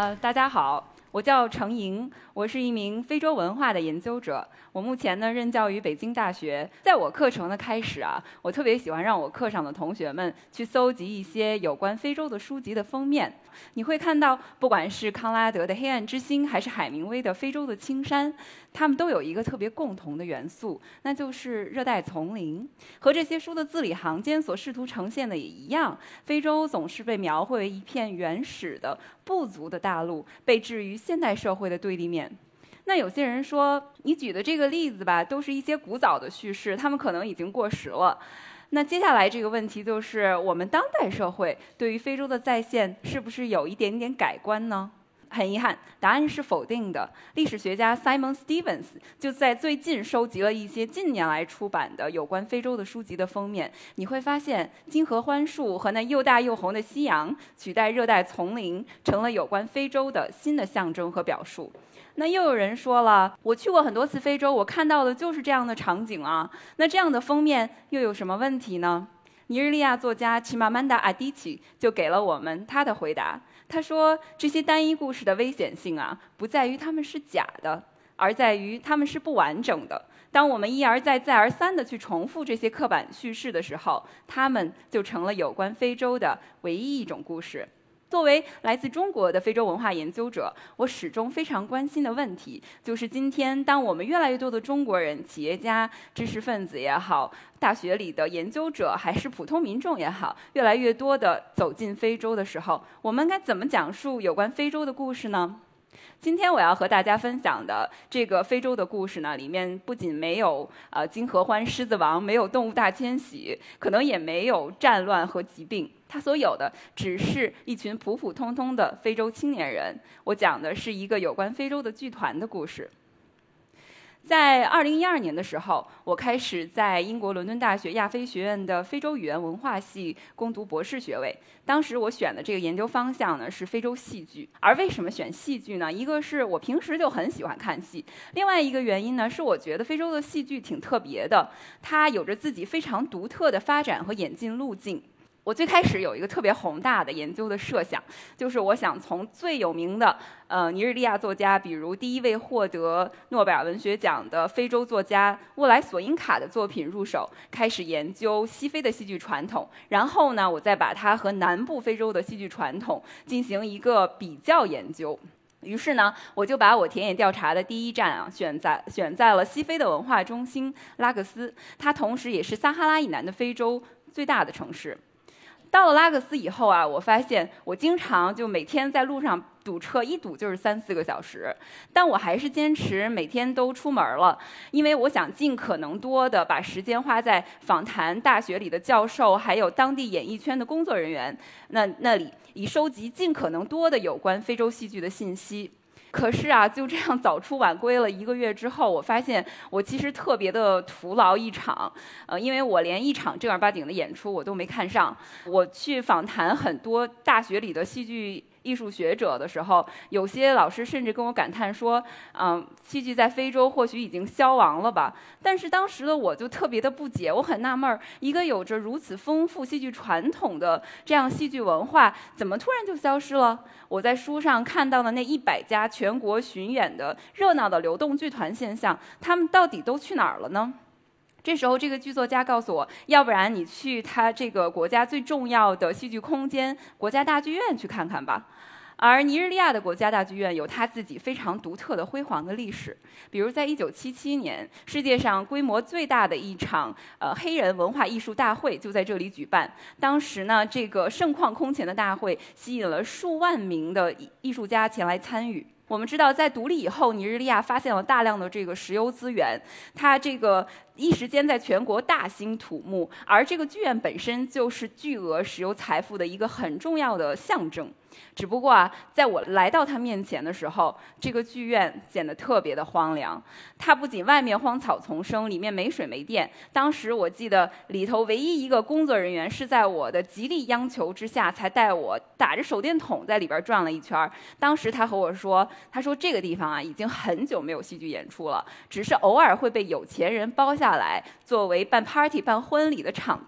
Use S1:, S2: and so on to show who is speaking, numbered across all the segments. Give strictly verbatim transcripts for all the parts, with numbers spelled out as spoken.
S1: 呃，大家好，我叫程莹，我是一名非洲文化的研究者。我目前呢任教于北京大学。在我课程的开始啊，我特别喜欢让我课上的同学们去搜集一些有关非洲的书籍的封面。你会看到，不管是康拉德的《黑暗之心》，还是海明威的《非洲的青山》，他们都有一个特别共同的元素，那就是热带丛林。和这些书的字里行间所试图呈现的也一样，非洲总是被描绘为一片原始的不足的大陆，被置于现代社会的对立面。那有些人说，你举的这个例子吧，都是一些古早的叙事，他们可能已经过时了。那接下来这个问题就是，我们当代社会对于非洲的再现是不是有一点点改观呢？很遗憾，答案是否定的。历史学家 Simon Stevens 就在最近收集了一些近年来出版的有关非洲的书籍的封面，你会发现金合欢树和那又大又红的夕阳取代热带丛林，成了有关非洲的新的象征和表述。那又有人说了，我去过很多次非洲，我看到的就是这样的场景啊。那这样的封面又有什么问题呢？尼日利亚作家齐马曼达阿迪奇就给了我们他的回答。他说，这些单一故事的危险性啊，不在于它们是假的，而在于它们是不完整的。当我们一而再再而三地去重复这些刻板叙事的时候，它们就成了有关非洲的唯一一种故事。作为来自中国的非洲文化研究者，我始终非常关心的问题就是，今天当我们越来越多的中国人、企业家、知识分子也好，大学里的研究者还是普通民众也好，越来越多的走进非洲的时候，我们该怎么讲述有关非洲的故事呢？今天我要和大家分享的这个非洲的故事呢，里面不仅没有呃金合欢、狮子王，没有动物大迁徙，可能也没有战乱和疾病，它所有的只是一群普普通通的非洲青年人。我讲的是一个有关非洲的剧团的故事。在二零一二年的时候，我开始在英国伦敦大学亚非学院的非洲语言文化系攻读博士学位。当时我选的这个研究方向呢是非洲戏剧。而为什么选戏剧呢？一个是我平时就很喜欢看戏，另外一个原因呢是我觉得非洲的戏剧挺特别的，它有着自己非常独特的发展和演进路径。我最开始有一个特别宏大的研究的设想，就是我想从最有名的呃尼日利亚作家，比如第一位获得诺贝尔文学奖的非洲作家沃莱索因卡的作品入手，开始研究西非的戏剧传统，然后呢，我再把它和南部非洲的戏剧传统进行一个比较研究。于是呢，我就把我田野调查的第一站啊选在选在了西非的文化中心拉各斯，它同时也是撒哈拉以南的非洲最大的城市。到了拉各斯以后啊，我发现我经常就每天在路上堵车，一堵就是三四个小时，但我还是坚持每天都出门了，因为我想尽可能多的把时间花在访谈大学里的教授，还有当地演艺圈的工作人员那那里，以收集尽可能多的有关非洲戏剧的信息。可是啊，就这样早出晚归了一个月之后，我发现我其实特别的徒劳一场，呃，因为我连一场正儿八经的演出我都没看上。我去访谈很多大学里的戏剧艺术学者的时候，有些老师甚至跟我感叹说，嗯，戏剧在非洲或许已经消亡了吧。但是当时的我就特别的不解，我很纳闷，一个有着如此丰富戏剧传统的这样戏剧文化，怎么突然就消失了？我在书上看到的那一百家全国巡演的热闹的流动剧团现象，他们到底都去哪儿了呢？这时候，这个剧作家告诉我，要不然你去他这个国家最重要的戏剧空间——国家大剧院去看看吧。而尼日利亚的国家大剧院有它自己非常独特的辉煌的历史，比如在一九七七年，世界上规模最大的一场呃黑人文化艺术大会就在这里举办。当时呢，这个盛况空前的大会吸引了数万名的艺术家前来参与。我们知道，在独立以后，尼日利亚发现了大量的这个石油资源，它这个一时间在全国大兴土木，而这个剧院本身就是巨额石油财富的一个很重要的象征。只不过啊，在我来到它面前的时候，这个剧院显得特别的荒凉。它不仅外面荒草丛生，里面没水没电。当时我记得里头唯一一个工作人员是在我的极力央求之下，才带我打着手电筒在里边转了一圈。当时他和我说，他说这个地方啊已经很久没有戏剧演出了，只是偶尔会被有钱人包下来作为办 party 办婚礼的场地。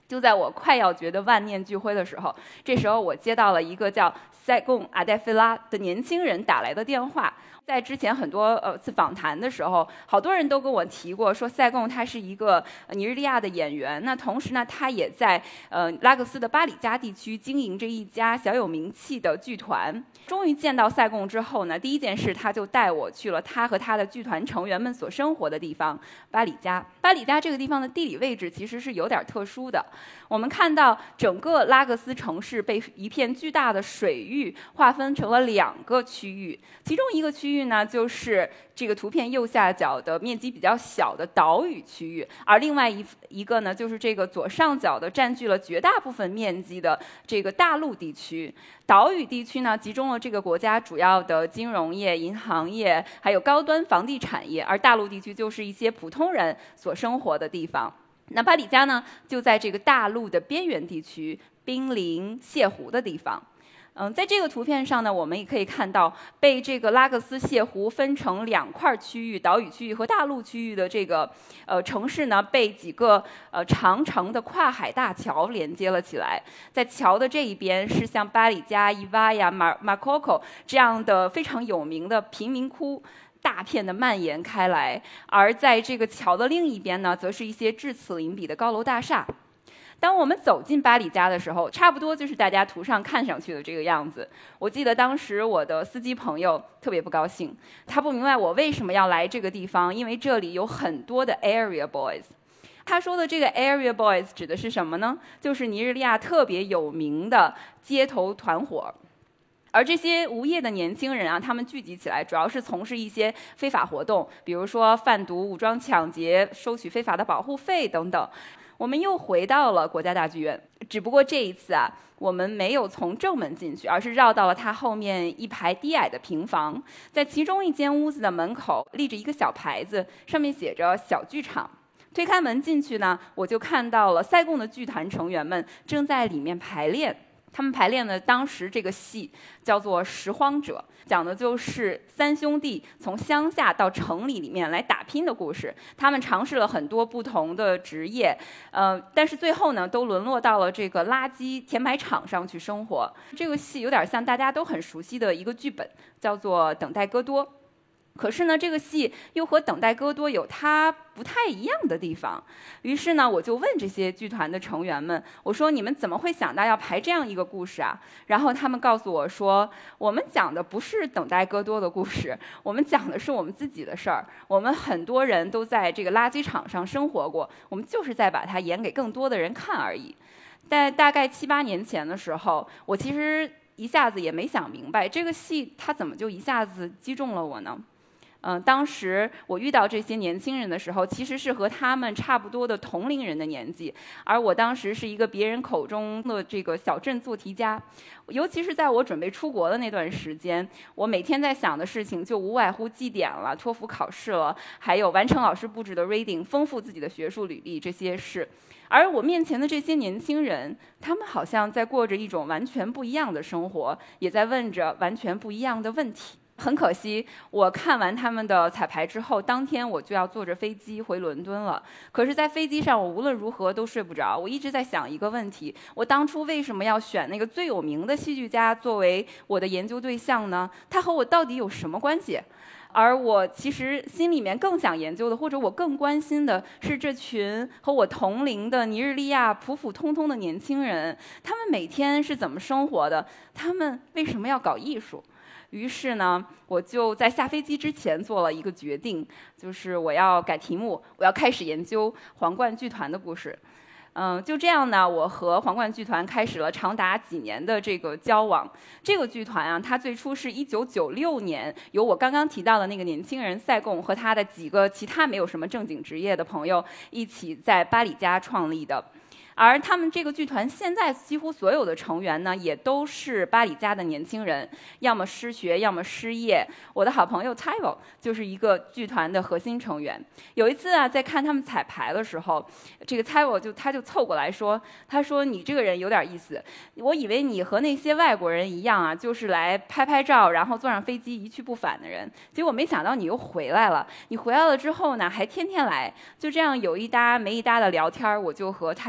S1: 就在我快要觉得万念俱灰的时候，这时候我接到了一个叫塞贡阿黛菲拉的年轻人打来的电话。在之前很多呃次访谈的时候，好多人都跟我提过，说塞贡他是一个尼日利亚的演员，那同时呢，他也在呃拉各斯的巴里加地区经营着一家小有名气的剧团。终于见到塞贡之后呢，第一件事他就带我去了他和他的剧团成员们所生活的地方巴里加。巴里加这个地方的地理位置其实是有点特殊的，我们看到整个拉各斯城市被一片巨大的水域划分成了两个区域，其中一个区域呢就是这个图片右下角的面积比较小的岛屿区域，而另外一一个呢就是这个左上角的占据了绝大部分面积的这个大陆地区。岛屿地区呢集中了这个国家主要的金融业、银行业，还有高端房地产业，而大陆地区就是一些普通人所生活的地方。那巴里加呢就在这个大陆的边缘地区，濒临泻湖的地方。嗯，在这个图片上呢，我们也可以看到被这个拉各斯泻湖分成两块区域，岛屿区域和大陆区域的这个呃城市呢，被几个呃长长的跨海大桥连接了起来。在桥的这一边是像巴里加、伊瓦呀、马马可可这样的非常有名的贫民窟。大片的蔓延开来，而在这个桥的另一边呢，则是一些至此林彼的高楼大厦。当我们走进巴里加的时候，差不多就是大家图上看上去的这个样子。我记得当时我的司机朋友特别不高兴，他不明白我为什么要来这个地方，因为这里有很多的 area boys。他说的这个 area boys 指的是什么呢？就是尼日利亚特别有名的街头团伙。而这些无业的年轻人啊，他们聚集起来，主要是从事一些非法活动，比如说贩毒、武装抢劫、收取非法的保护费等等。我们又回到了国家大剧院，只不过这一次啊，我们没有从正门进去，而是绕到了它后面一排低矮的平房。在其中一间屋子的门口立着一个小牌子，上面写着“小剧场”。推开门进去呢，我就看到了塞贡的剧团成员们正在里面排练。他们排练的当时这个戏叫做《拾荒者》，讲的就是三兄弟从乡下到城里里面来打拼的故事。他们尝试了很多不同的职业，呃，但是最后呢，都沦落到了这个垃圾填埋场上去生活。这个戏有点像大家都很熟悉的一个剧本，叫做《等待戈多》。可是呢，这个戏又和《等待戈多》有它不太一样的地方。于是呢，我就问这些剧团的成员们，我说：“你们怎么会想到要排这样一个故事啊？”然后他们告诉我说：“我们讲的不是等待戈多的故事，我们讲的是我们自己的事儿。我们很多人都在这个垃圾场上生活过，我们就是在把它演给更多的人看而已。”在大概七八年前的时候，我其实一下子也没想明白，这个戏它怎么就一下子击中了我呢？嗯，当时我遇到这些年轻人的时候，其实是和他们差不多的同龄人的年纪，而我当时是一个别人口中的这个小镇做题家。尤其是在我准备出国的那段时间，我每天在想的事情就无外乎绩点了、托福考试了，还有完成老师布置的 reading， 丰富自己的学术履历这些事。而我面前的这些年轻人，他们好像在过着一种完全不一样的生活，也在问着完全不一样的问题。很可惜，我看完他们的彩排之后，当天我就要坐着飞机回伦敦了。可是，在飞机上，我无论如何都睡不着。我一直在想一个问题：我当初为什么要选那个最有名的戏剧家作为我的研究对象呢？他和我到底有什么关系？而我其实心里面更想研究的，或者我更关心的是这群和我同龄的尼日利亚普普通通的年轻人，他们每天是怎么生活的？他们为什么要搞艺术？于是呢，我就在下飞机之前做了一个决定，就是我要改题目，我要开始研究皇冠剧团的故事。嗯，就这样呢，我和皇冠剧团开始了长达几年的这个交往。这个剧团啊，它最初是一九九六年由我刚刚提到的那个年轻人塞贡和他的几个其他没有什么正经职业的朋友一起在巴里加创立的。而他们这个剧团现在几乎所有的成员呢，也都是巴里加的年轻人，要么失学，要么失业。我的好朋友 Taiwo 就是一个剧团的核心成员。有一次啊，在看他们彩排的时候，这个 Taiwo 就他就凑过来说，他说：“你这个人有点意思，我以为你和那些外国人一样啊，就是来拍拍照，然后坐上飞机一去不返的人。结果没想到你又回来了。你回来了之后呢，还天天来，就这样有一搭没一搭的聊天，我就和 Taiwo 熟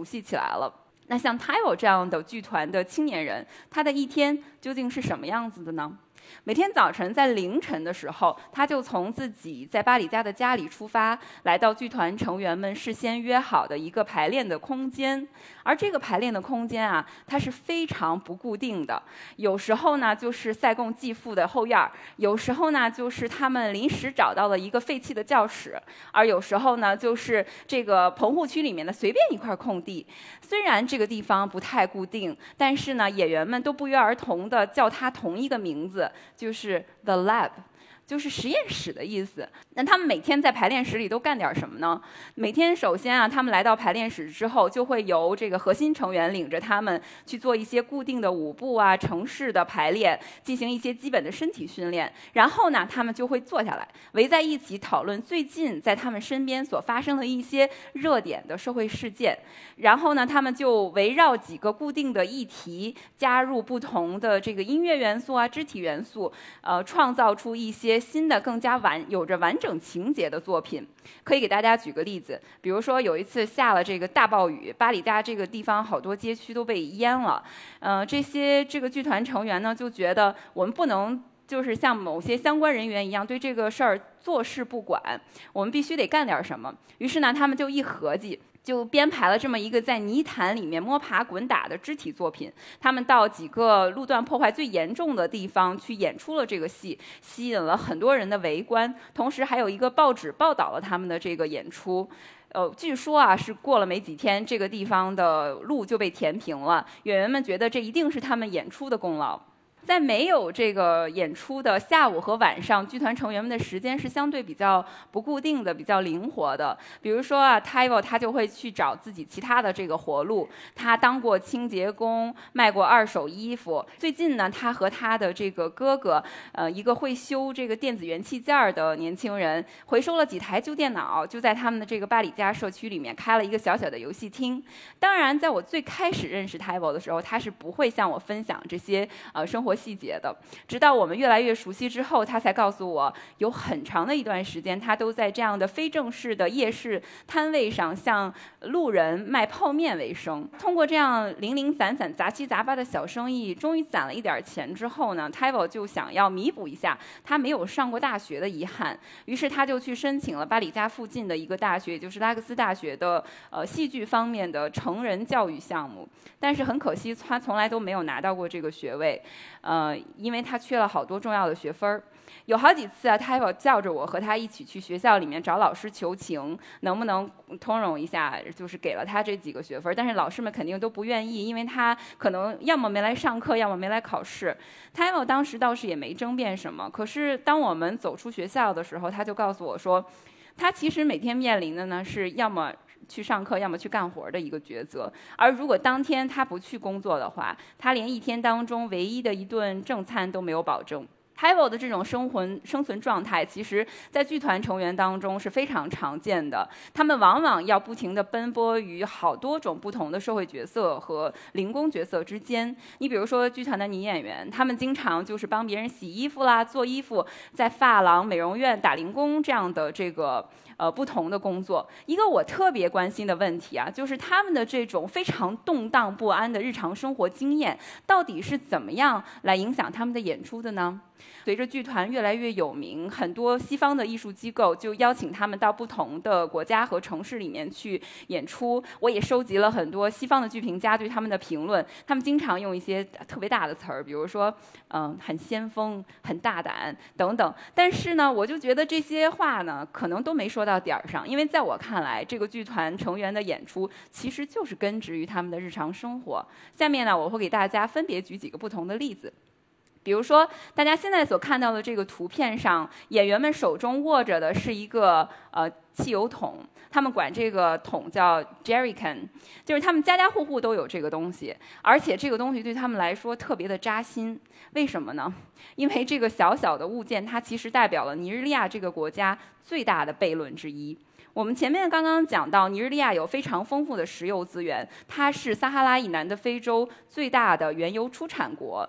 S1: 熟悉起来了。那像 TiVo 这样的剧团的青年人，他的一天究竟是什么样子的呢？每天早晨在凌晨的时候，他就从自己在巴里加的家里出发，来到剧团成员们事先约好的一个排练的空间。而这个排练的空间啊，它是非常不固定的。有时候呢，就是塞贡继父的后院；有时候呢，就是他们临时找到了一个废弃的教室；而有时候呢，就是这个棚户区里面的随便一块空地。虽然这个地方不太固定，但是呢，演员们都不约而同地叫它同一个名字，就是 The Lab。就是实验室的意思。那他们每天在排练室里都干点什么呢？每天首先啊，他们来到排练室之后，就会由这个核心成员领着他们去做一些固定的舞步啊、程式的排练，进行一些基本的身体训练。然后呢，他们就会坐下来，围在一起讨论最近在他们身边所发生的一些热点的社会事件。然后呢，他们就围绕几个固定的议题，加入不同的这个音乐元素啊、肢体元素，呃，创造出一些新的、更加完有着完整情节的作品。可以给大家举个例子，比如说有一次下了这个大暴雨，巴里加这个地方好多街区都被淹了。呃，这些这个剧团成员呢就觉得我们不能就是像某些相关人员一样对这个事儿坐视不管，我们必须得干点什么。于是呢，他们就一合计，就编排了这么一个在泥潭里面摸爬滚打的肢体作品。他们到几个路段破坏最严重的地方去演出了这个戏，吸引了很多人的围观，同时还有一个报纸报道了他们的这个演出。呃，据说啊，是过了没几天，这个地方的路就被填平了。演员们觉得这一定是他们演出的功劳。在没有这个演出的下午和晚上，剧团成员们的时间是相对比较不固定的，比较灵活的。比如说啊 TiVo 他就会去找自己其他的这个活路，他当过清洁工，卖过二手衣服。最近呢，他和他的这个哥哥，呃，一个会修这个电子元器件的年轻人，回收了几台旧电脑，就在他们的这个巴里加社区里面开了一个小小的游戏厅。当然，在我最开始认识 TiVo 的时候，他是不会向我分享这些呃生活细节的，直到我们越来越熟悉之后，他才告诉我，有很长的一段时间，他都在这样的非正式的夜市摊位上向路人卖泡面为生。通过这样零零散散、杂七杂八的小生意，终于攒了一点钱之后呢 ，TiVo 就想要弥补一下他没有上过大学的遗憾，于是他就去申请了巴里加附近的一个大学，也就是拉克斯大学的呃戏剧方面的成人教育项目。但是很可惜，他从来都没有拿到过这个学位。呃，因为他缺了好多重要的学分儿。有好几次啊 TiVo 叫着我和他一起去学校里面找老师求情，能不能通融一下，就是给了他这几个学分。但是老师们肯定都不愿意，因为他可能要么没来上课，要么没来考试。TiVo 当时倒是也没争辩什么，可是当我们走出学校的时候，他就告诉我说，他其实每天面临的呢是要么去上课，要么去干活的一个抉择。而如果当天他不去工作的话，他连一天当中唯一的一顿正餐都没有保证。TiVo 的这种生存生存状态，其实在剧团成员当中是非常常见的。他们往往要不停地奔波于好多种不同的社会角色和零工角色之间。你比如说剧团的女演员，他们经常就是帮别人洗衣服啦、做衣服，在发廊、美容院打零工这样的这个呃不同的工作。一个我特别关心的问题啊，就是他们的这种非常动荡不安的日常生活经验，到底是怎么样来影响他们的演出的呢？随着剧团越来越有名，很多西方的艺术机构就邀请他们到不同的国家和城市里面去演出。我也收集了很多西方的剧评家对他们的评论，他们经常用一些特别大的词儿，比如说嗯，很先锋、很大胆等等。但是呢，我就觉得这些话呢，可能都没说到点儿上，因为在我看来，这个剧团成员的演出其实就是根植于他们的日常生活。下面呢，我会给大家分别举几个不同的例子。比如说，大家现在所看到的这个图片上，演员们手中握着的是一个呃汽油桶，他们管这个桶叫 jerrycan， 就是他们家家户户都有这个东西，而且这个东西对他们来说特别的扎心。为什么呢？因为这个小小的物件，它其实代表了尼日利亚这个国家最大的悖论之一。我们前面刚刚讲到，尼日利亚有非常丰富的石油资源，它是撒哈拉以南的非洲最大的原油出产国。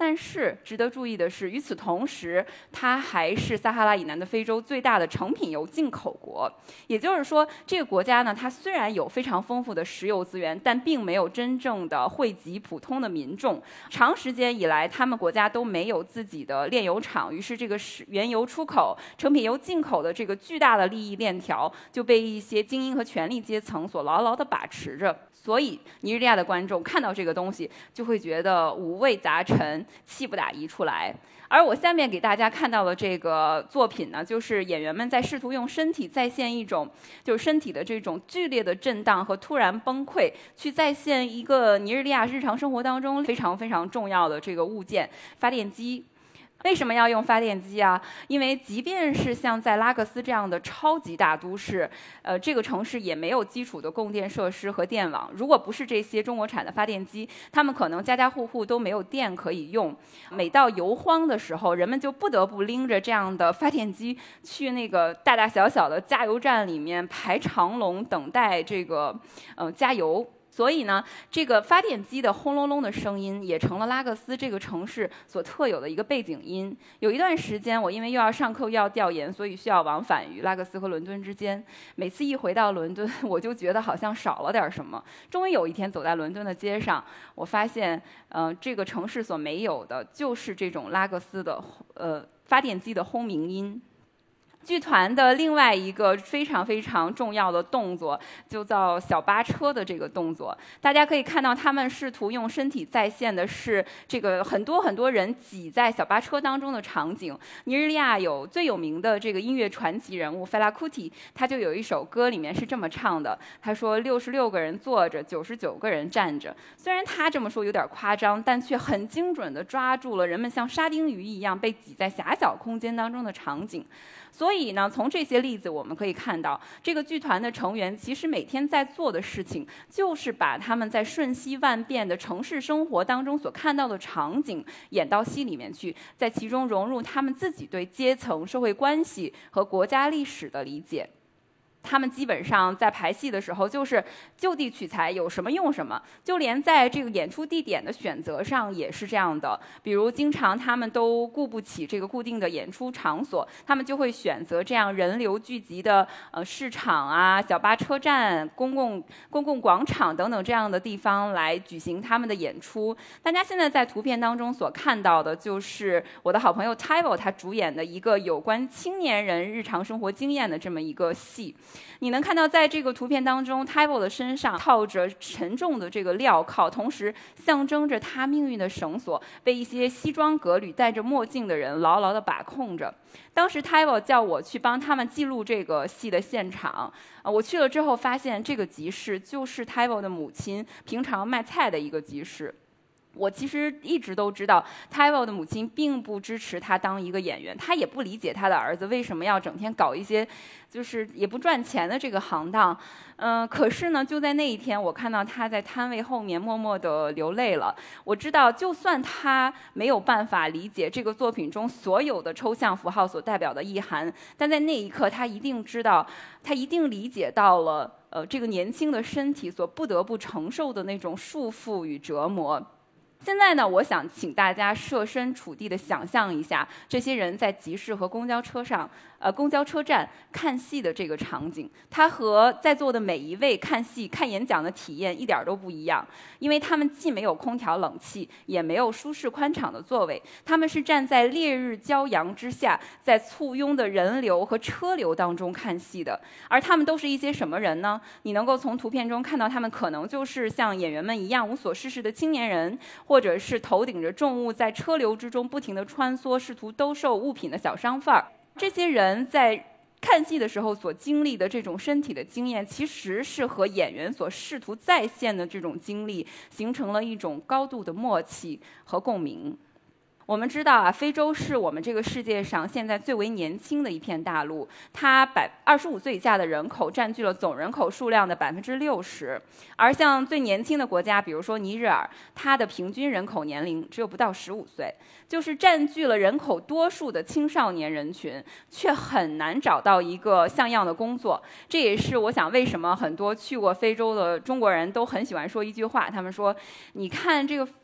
S1: 但是值得注意的是，与此同时，它还是撒哈拉以南的非洲最大的成品油进口国。也就是说，这个国家呢，它虽然有非常丰富的石油资源，但并没有真正的惠及普通的民众。长时间以来，他们国家都没有自己的炼油厂，于是这个原油出口、成品油进口的这个巨大的利益链条就被一些精英和权力阶层所牢牢地把持着。所以尼日利亚的观众看到这个东西，就会觉得五味杂陈，气不打一处来。而我下面给大家看到的这个作品呢，就是演员们在试图用身体再现一种，就是身体的这种剧烈的震荡和突然崩溃，去再现一个尼日利亚日常生活当中非常非常重要的这个物件——发电机。为什么要用发电机啊？因为即便是像在拉各斯这样的超级大都市，呃，这个城市也没有基础的供电设施和电网。如果不是这些中国产的发电机，他们可能家家户户都没有电可以用。每到油荒的时候，人们就不得不拎着这样的发电机去那个大大小小的加油站里面排长龙，等待这个呃加油。所以呢，这个发电机的轰隆隆的声音也成了拉各斯这个城市所特有的一个背景音。有一段时间，我因为又要上课又要调研，所以需要往返于拉各斯和伦敦之间。每次一回到伦敦，我就觉得好像少了点什么。终于有一天走在伦敦的街上，我发现，呃，这个城市所没有的就是这种拉各斯的呃发电机的轰鸣音。剧团的另外一个非常非常重要的动作，就叫小巴车的这个动作。大家可以看到，他们试图用身体再现的是这个很多很多人挤在小巴车当中的场景。尼日利亚有最有名的这个音乐传奇人物费拉库蒂，他就有一首歌里面是这么唱的，他说六十六个人坐着，九十九个人站着。虽然他这么说有点夸张，但却很精准地抓住了人们像沙丁鱼一样被挤在狭小空间当中的场景。所以呢，从这些例子我们可以看到，这个剧团的成员其实每天在做的事情，就是把他们在瞬息万变的城市生活当中所看到的场景演到戏里面去，在其中融入他们自己对阶层、社会关系和国家历史的理解。他们基本上在排戏的时候就是就地取材，有什么用什么，就连在这个演出地点的选择上也是这样的。比如经常他们都顾不起这个固定的演出场所，他们就会选择这样人流聚集的呃市场啊、小巴车站、公共公共广场等等这样的地方来举行他们的演出。大家现在在图片当中所看到的就是我的好朋友 Tyvo 他主演的一个有关青年人日常生活经验的这么一个戏。你能看到，在这个图片当中 ，Tyvo 的身上套着沉重的这个镣铐，同时象征着他命运的绳索被一些西装革履、戴着墨镜的人牢牢地把控着。当时 Tyvo 叫我去帮他们记录这个戏的现场，啊，我去了之后发现，这个集市就是 Tyvo 的母亲平常卖菜的一个集市。我其实一直都知道 Tyvo 的母亲并不支持他当一个演员，他也不理解他的儿子为什么要整天搞一些就是也不赚钱的这个行当。嗯、呃，可是呢，就在那一天，我看到他在摊位后面默默地流泪了。我知道，就算他没有办法理解这个作品中所有的抽象符号所代表的意涵，但在那一刻，他一定知道，他一定理解到了，呃，这个年轻的身体所不得不承受的那种束缚与折磨。现在呢，我想请大家设身处地地想象一下，这些人在集市和公交车上，呃，公交车站看戏的这个场景，它和在座的每一位看戏、看演讲的体验一点都不一样，因为他们既没有空调冷气，也没有舒适宽敞的座位，他们是站在烈日骄阳之下，在簇拥的人流和车流当中看戏的。而他们都是一些什么人呢？你能够从图片中看到，他们可能就是像演员们一样无所事事的青年人，或者是头顶着重物在车流之中不停地穿梭，试图兜售物品的小商贩儿。这些人在看戏的时候所经历的这种身体的经验，其实是和演员所试图再现的这种经历形成了一种高度的默契和共鸣。我们知道啊，非洲是我们这个世界上现在最为年轻的一片大陆，它百二十五岁以下的人口占据了总人口数量的百分之六十，而像最年轻的国家，比如说尼日尔，它的平均人口年龄只有不到十五岁，就是占据了人口多数的青少年人群，却很难找到一个像样的工作。这也是我想为什么很多去过非洲的中国人都很喜欢说一句话，他们说：“你看这个。”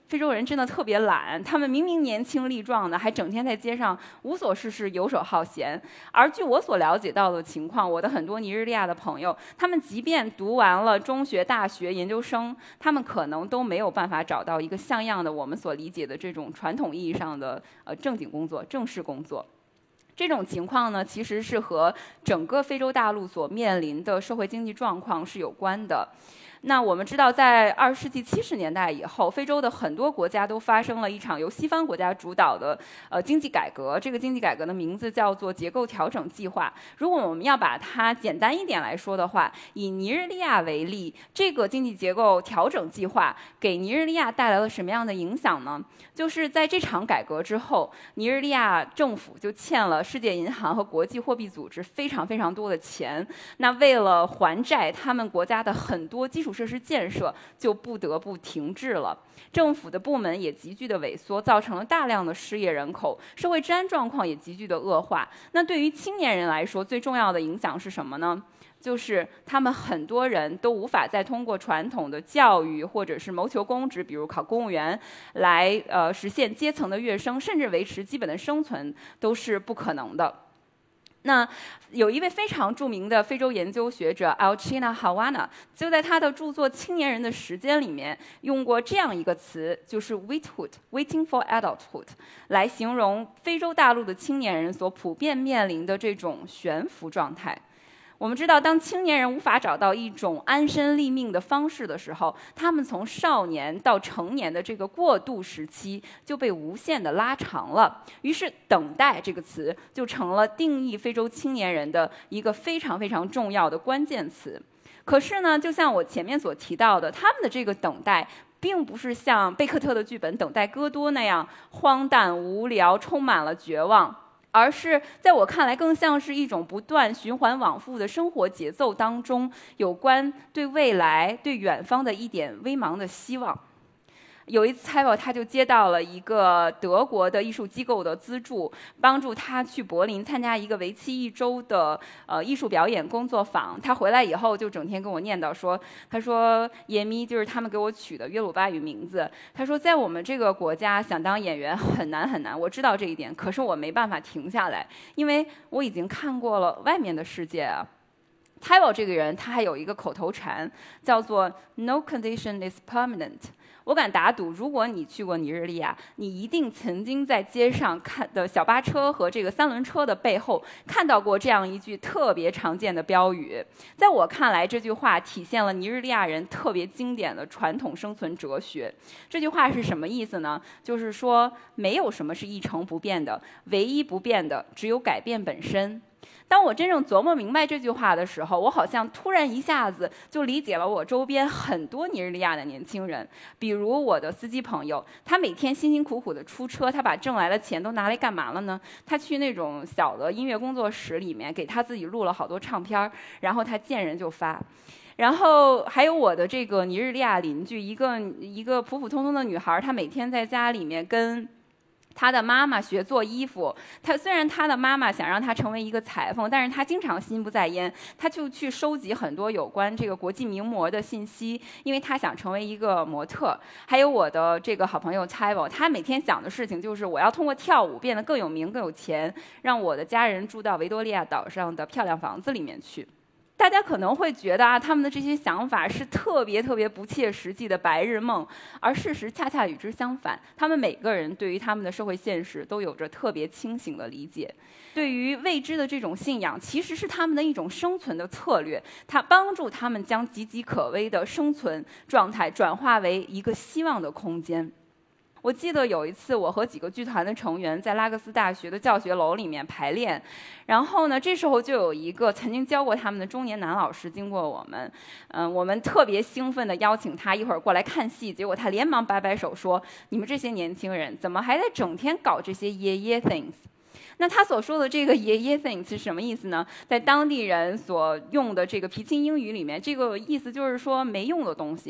S1: 非洲人真的特别懒，他们明明年轻力壮的，还整天在街上无所事事、游手好闲。而据我所了解到的情况，我的很多尼日利亚的朋友，他们即便读完了中学、大学、研究生，他们可能都没有办法找到一个像样的我们所理解的这种传统意义上的呃正经工作、正式工作。这种情况呢，其实是和整个非洲大陆所面临的社会经济状况是有关的。那我们知道，在二十世纪七十年代以后，非洲的很多国家都发生了一场由西方国家主导的呃经济改革。这个经济改革的名字叫做结构调整计划。如果我们要把它简单一点来说的话，以尼日利亚为例，这个经济结构调整计划给尼日利亚带来了什么样的影响呢？就是在这场改革之后，尼日利亚政府就欠了世界银行和国际货币组织非常非常多的钱。那为了还债，他们国家的很多基础设施建设就不得不停滞了，政府的部门也急剧的萎缩，造成了大量的失业人口，社会治安状况也急剧的恶化。那对于青年人来说，最重要的影响是什么呢？就是他们很多人都无法再通过传统的教育或者是谋求公职，比如考公务员，来呃实现阶层的跃升，甚至维持基本的生存都是不可能的。那有一位非常著名的非洲研究学者 Alcina Hawana， 就在他的著作《青年人的时间》里面用过这样一个词，就是 Withood Waiting for Adulthood， 来形容非洲大陆的青年人所普遍面临的这种悬浮状态。我们知道，当青年人无法找到一种安身立命的方式的时候，他们从少年到成年的这个过渡时期就被无限的拉长了。于是，等待这个词就成了定义非洲青年人的一个非常非常重要的关键词。可是呢，就像我前面所提到的，他们的这个等待并不是像贝克特的剧本《等待戈多》那样荒诞无聊，充满了绝望。而是在我看来，更像是一种不断循环往复的生活节奏当中，有关对未来、对远方的一点微茫的希望。有一次 t a 他就接到了一个德国的艺术机构的资助，帮助他去柏林参加一个为期一周的呃艺术表演工作坊。他回来以后就整天跟我念叨说，他说耶咪就是他们给我取的约鲁巴语名字。他说在我们这个国家想当演员很难很难，我知道这一点，可是我没办法停下来，因为我已经看过了外面的世界啊。t a 这个人他还有一个口头禅，叫做 No condition is permanent。我敢打赌，如果你去过尼日利亚，你一定曾经在街上看的小巴车和这个三轮车的背后看到过这样一句特别常见的标语。在我看来，这句话体现了尼日利亚人特别经典的传统生存哲学。这句话是什么意思呢？就是说，没有什么是一成不变的，唯一不变的只有改变本身。当我真正琢磨明白这句话的时候，我好像突然一下子就理解了我周边很多尼日利亚的年轻人。比如我的司机朋友，他每天辛辛苦苦的出车，他把挣来的钱都拿来干嘛了呢？他去那种小的音乐工作室里面给他自己录了好多唱片，然后他见人就发。然后还有我的这个尼日利亚邻居，一个一个普普通通的女孩，她每天在家里面跟他的妈妈学做衣服。他虽然他的妈妈想让他成为一个裁缝，但是他经常心不在焉，他就去收集很多有关这个国际名模的信息，因为他想成为一个模特。还有我的这个好朋友 t a 他每天想的事情就是我要通过跳舞变得更有名更有钱，让我的家人住到维多利亚岛上的漂亮房子里面去。大家可能会觉得啊，他们的这些想法是特别特别不切实际的白日梦，而事实恰恰与之相反。他们每个人对于他们的社会现实都有着特别清醒的理解，对于未知的这种信仰，其实是他们的一种生存的策略，它帮助他们将岌岌可危的生存状态转化为一个希望的空间。我记得有一次，我和几个剧团的成员在拉各斯大学的教学楼里面排练，然后呢，这时候就有一个曾经教过他们的中年男老师经过我们，嗯，我们特别兴奋地邀请他一会儿过来看戏，结果他连忙摆摆手说：“你们这些年轻人怎么还在整天搞这些爷爷 things？” 那他所说的这个爷爷 things 是什么意思呢？在当地人所用的这个皮沁英语里面，这个意思就是说没用的东西。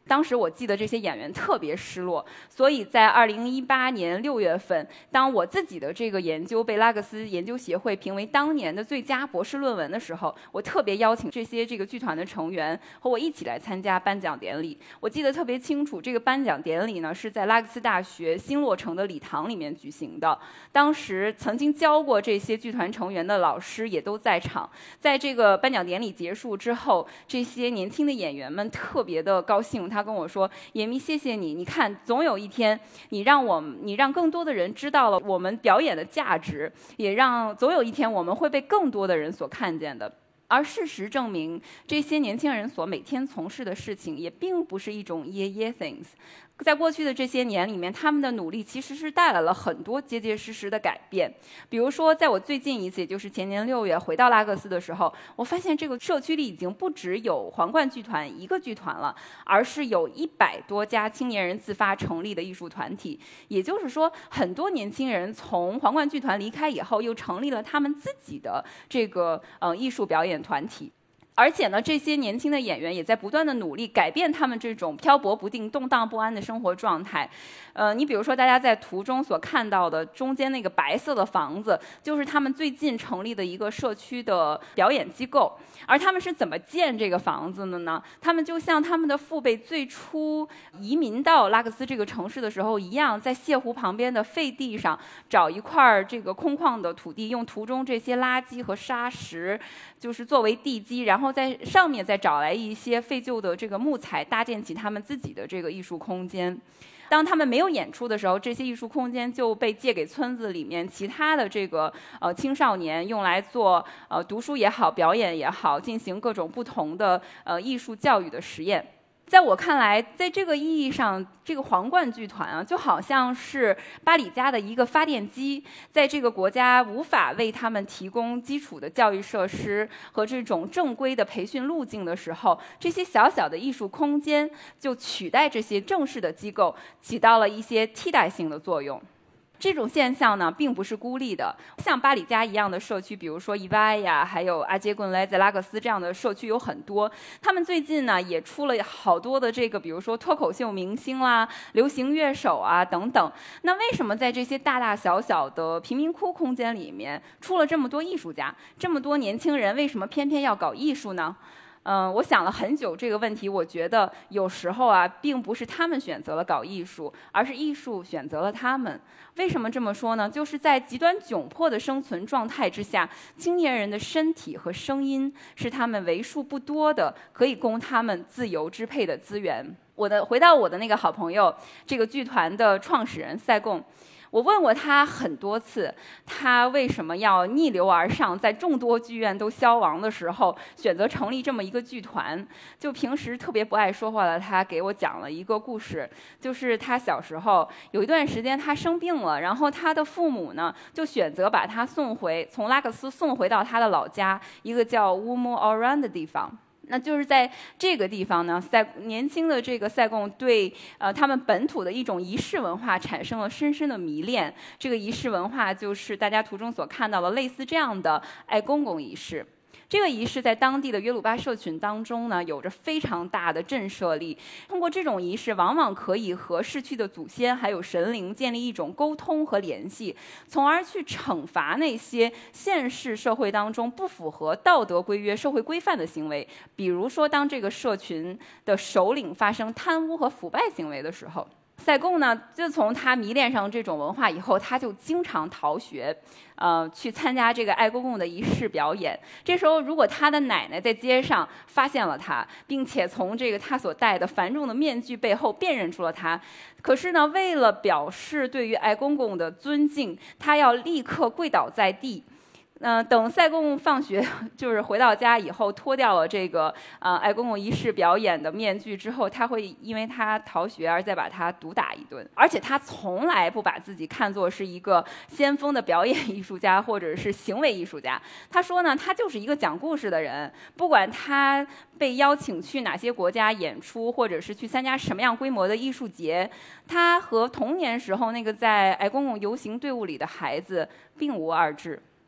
S1: 当时我记得这些演员特别失落，所以在二零一八年六月份，当我自己的这个研究被拉各斯研究协会评为当年的最佳博士论文的时候，我特别邀请这些这个剧团的成员和我一起来参加颁奖典礼。我记得特别清楚，这个颁奖典礼呢是在拉各斯大学新落成的礼堂里面举行的。当时曾经教过这些剧团成员的老师也都在场。在这个颁奖典礼结束之后，这些年轻的演员们特别的高兴。他跟我说：“野蜜，谢谢你！你看，总有一天，你让我们，你让更多的人知道了我们表演的价值，也让总有一天我们会被更多的人所看见的。”而事实证明，这些年轻人所每天从事的事情，也并不是一种 yeah yeah things。在过去的这些年里面，他们的努力其实是带来了很多结结实实的改变。比如说，在我最近一次，也就是前年六月回到拉各斯的时候，我发现这个社区里已经不只有皇冠剧团一个剧团了，而是有一百多家青年人自发成立的艺术团体。也就是说，很多年轻人从皇冠剧团离开以后，又成立了他们自己的这个呃艺术表演团体。而且呢，这些年轻的演员也在不断的努力改变他们这种漂泊不定、动荡不安的生活状态。呃，你比如说，大家在图中所看到的中间那个白色的房子，就是他们最近成立的一个社区的表演机构。而他们是怎么建这个房子的呢？他们就像他们的父辈最初移民到拉各斯这个城市的时候一样，在泻湖旁边的废地上找一块这个空旷的土地，用途中这些垃圾和沙石，就是作为地基，然后在上面再找来一些废旧的这个木材，搭建起他们自己的这个艺术空间。当他们没有演出的时候，这些艺术空间就被借给村子里面其他的这个呃青少年，用来做呃读书也好，表演也好，进行各种不同的呃艺术教育的实验。在我看来，在这个意义上，这个皇冠剧团啊，就好像是巴里家的一个发电机。在这个国家无法为他们提供基础的教育设施和这种正规的培训路径的时候，这些小小的艺术空间就取代这些正式的机构，起到了一些替代性的作用。这种现象呢，并不是孤立的。像巴里加一样的社区，比如说伊巴呀，还有阿杰棍莱在拉各斯这样的社区有很多。他们最近呢，也出了好多的这个，比如说脱口秀明星啦、流行乐手啊等等。那为什么在这些大大小小的贫民窟空间里面，出了这么多艺术家，这么多年轻人，为什么偏偏要搞艺术呢？嗯，我想了很久这个问题，我觉得有时候啊，并不是他们选择了搞艺术，而是艺术选择了他们。为什么这么说呢？就是在极端窘迫的生存状态之下，青年人的身体和声音是他们为数不多的可以供他们自由支配的资源。我的回到我的那个好朋友，这个剧团的创始人塞贡。我问过他很多次，他为什么要逆流而上，在众多剧院都消亡的时候，选择成立这么一个剧团。就平时特别不爱说话的他，给我讲了一个故事，就是他小时候有一段时间他生病了，然后他的父母呢，就选择把他送回，从拉各斯送回到他的老家，一个叫乌莫奥然的地方。那就是在这个地方呢，塞年轻的这个塞贡对呃他们本土的一种仪式文化产生了深深的迷恋。这个仪式文化就是大家图中所看到的类似这样的爱公公仪式。这个仪式在当地的约鲁巴社群当中呢，有着非常大的震慑力。通过这种仪式，往往可以和逝去的祖先还有神灵建立一种沟通和联系，从而去惩罚那些现世社会当中不符合道德规约、社会规范的行为。比如说，当这个社群的首领发生贪污和腐败行为的时候。塞贡呢，自从他迷恋上这种文化以后，他就经常逃学，呃，去参加这个爱公公的仪式表演。这时候，如果他的奶奶在街上发现了他，并且从这个他所戴的繁重的面具背后辨认出了他，可是呢，为了表示对于爱公公的尊敬，他要立刻跪倒在地。嗯、呃，等塞贡放学，就是回到家以后，脱掉了这个呃爱公公仪式表演的面具之后，他会因为他逃学而再把他毒打一顿。而且他从来不把自己看作是一个先锋的表演艺术家或者是行为艺术家。他说呢，他就是一个讲故事的人，不管他被邀请去哪些国家演出，或者是去参加什么样规模的艺术节，他和童年时候那个在爱公公游行队伍里的孩子并无二致。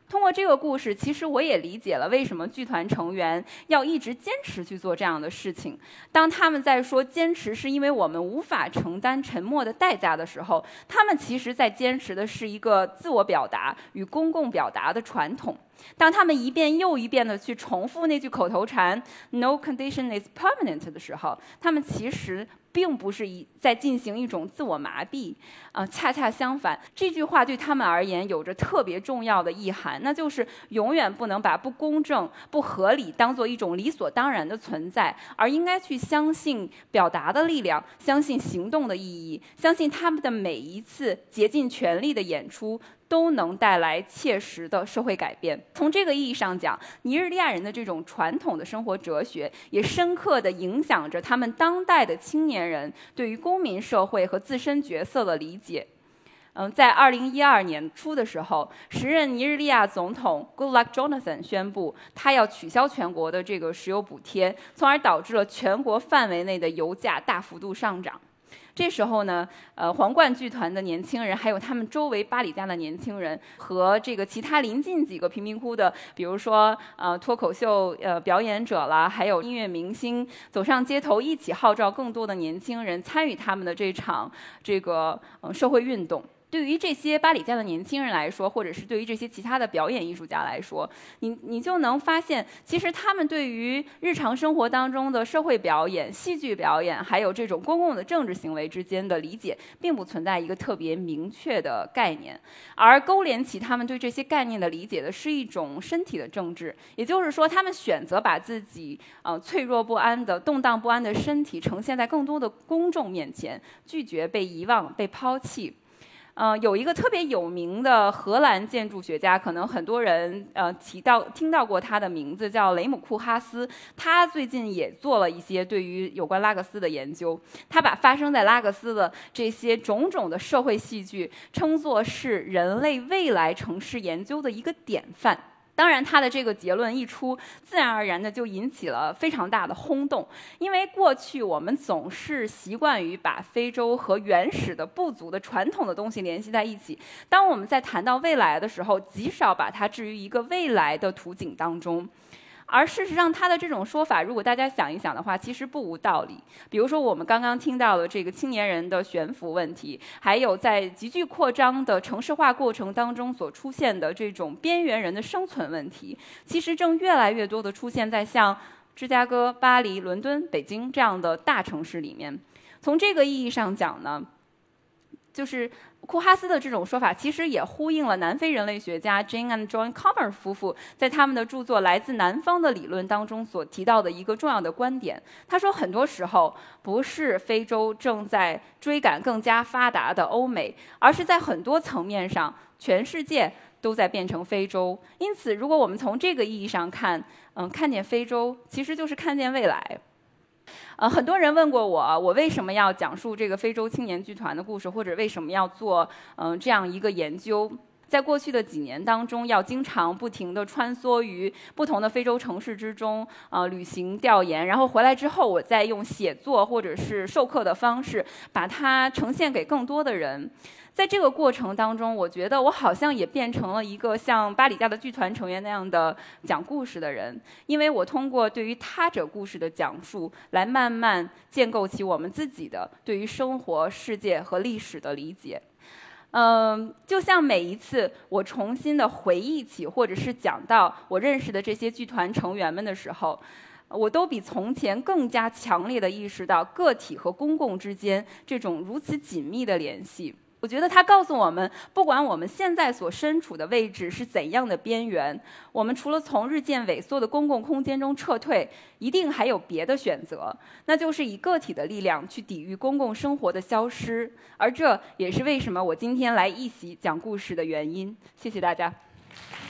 S1: 通过这个故事，其实我也理解了为什么剧团成员要一直坚持去做这样的事情。当他们在说坚持是因为我们无法承担沉默的代价的时候，他们其实在坚持的是一个自我表达与公共表达的传统。当他们一遍又一遍地去重复那句口头禅 "No condition is permanent" 的时候，他们其实并不是一在进行一种自我麻痹，啊、呃，恰恰相反，这句话对他们而言有着特别重要的意涵，那就是永远不能把不公正、不合理当做一种理所当然的存在，而应该去相信表达的力量，相信行动的意义，相信他们的每一次竭尽全力的演出都能带来切实的社会改变。从这个意义上讲，尼日利亚人的这种传统的生活哲学，也深刻地影响着他们当代的青年人对于公民社会和自身角色的理解。嗯，在二零一二年初的时候，时任尼日利亚总统 Goodluck Jonathan 宣布，他要取消全国的这个石油补贴，从而导致了全国范围内的油价大幅度上涨。这时候呢，呃，皇冠剧团的年轻人，还有他们周围巴里家的年轻人，和这个其他临近几个贫民窟的，比如说呃脱口秀呃表演者啦，还有音乐明星，走上街头，一起号召更多的年轻人参与他们的这场这个呃社会运动。对于这些巴里家的年轻人来说，或者是对于这些其他的表演艺术家来说，你你就能发现，其实他们对于日常生活当中的社会表演、戏剧表演，还有这种公共的政治行为之间的理解，并不存在一个特别明确的概念，而勾连起他们对这些概念的理解的是一种身体的政治，也就是说，他们选择把自己呃脆弱不安的、动荡不安的身体呈现在更多的公众面前，拒绝被遗忘、被抛弃。呃，有一个特别有名的荷兰建筑学家，可能很多人呃提到听到过他的名字，叫雷姆库哈斯。他最近也做了一些对于有关拉各斯的研究，他把发生在拉各斯的这些种种的社会戏剧称作是人类未来城市研究的一个典范。当然，他的这个结论一出，自然而然的就引起了非常大的轰动。因为过去我们总是习惯于把非洲和原始的部族的传统的东西联系在一起，当我们在谈到未来的时候，极少把它置于一个未来的图景当中。而事实上，他的这种说法，如果大家想一想的话，其实不无道理。比如说，我们刚刚听到的这个青年人的悬浮问题，还有在急剧扩张的城市化过程当中所出现的这种边缘人的生存问题，其实正越来越多的出现在像芝加哥、巴黎、伦敦、北京这样的大城市里面。从这个意义上讲呢，就是库哈斯的这种说法，其实也呼应了南非人类学家 Jane and John Comer 夫妇在他们的著作《来自南方的理论》当中所提到的一个重要的观点。他说，很多时候不是非洲正在追赶更加发达的欧美，而是在很多层面上，全世界都在变成非洲。因此，如果我们从这个意义上看，嗯，看见非洲，其实就是看见未来。呃，很多人问过我，我为什么要讲述这个非洲青年剧团的故事，或者为什么要做嗯、呃、这样一个研究？在过去的几年当中，要经常不停地穿梭于不同的非洲城市之中，呃，旅行调研，然后回来之后，我再用写作或者是授课的方式，把它呈现给更多的人。在这个过程当中，我觉得我好像也变成了一个像巴里家的剧团成员那样的讲故事的人，因为我通过对于他者故事的讲述，来慢慢建构起我们自己的对于生活、世界和历史的理解。嗯，就像每一次我重新的回忆起，或者是讲到我认识的这些剧团成员们的时候，我都比从前更加强烈地意识到个体和公共之间这种如此紧密的联系。我觉得它告诉我们，不管我们现在所身处的位置是怎样的边缘，我们除了从日渐萎缩的公共空间中撤退，一定还有别的选择，那就是以个体的力量去抵御公共生活的消失。而这也是为什么我今天来一席讲故事的原因。谢谢大家。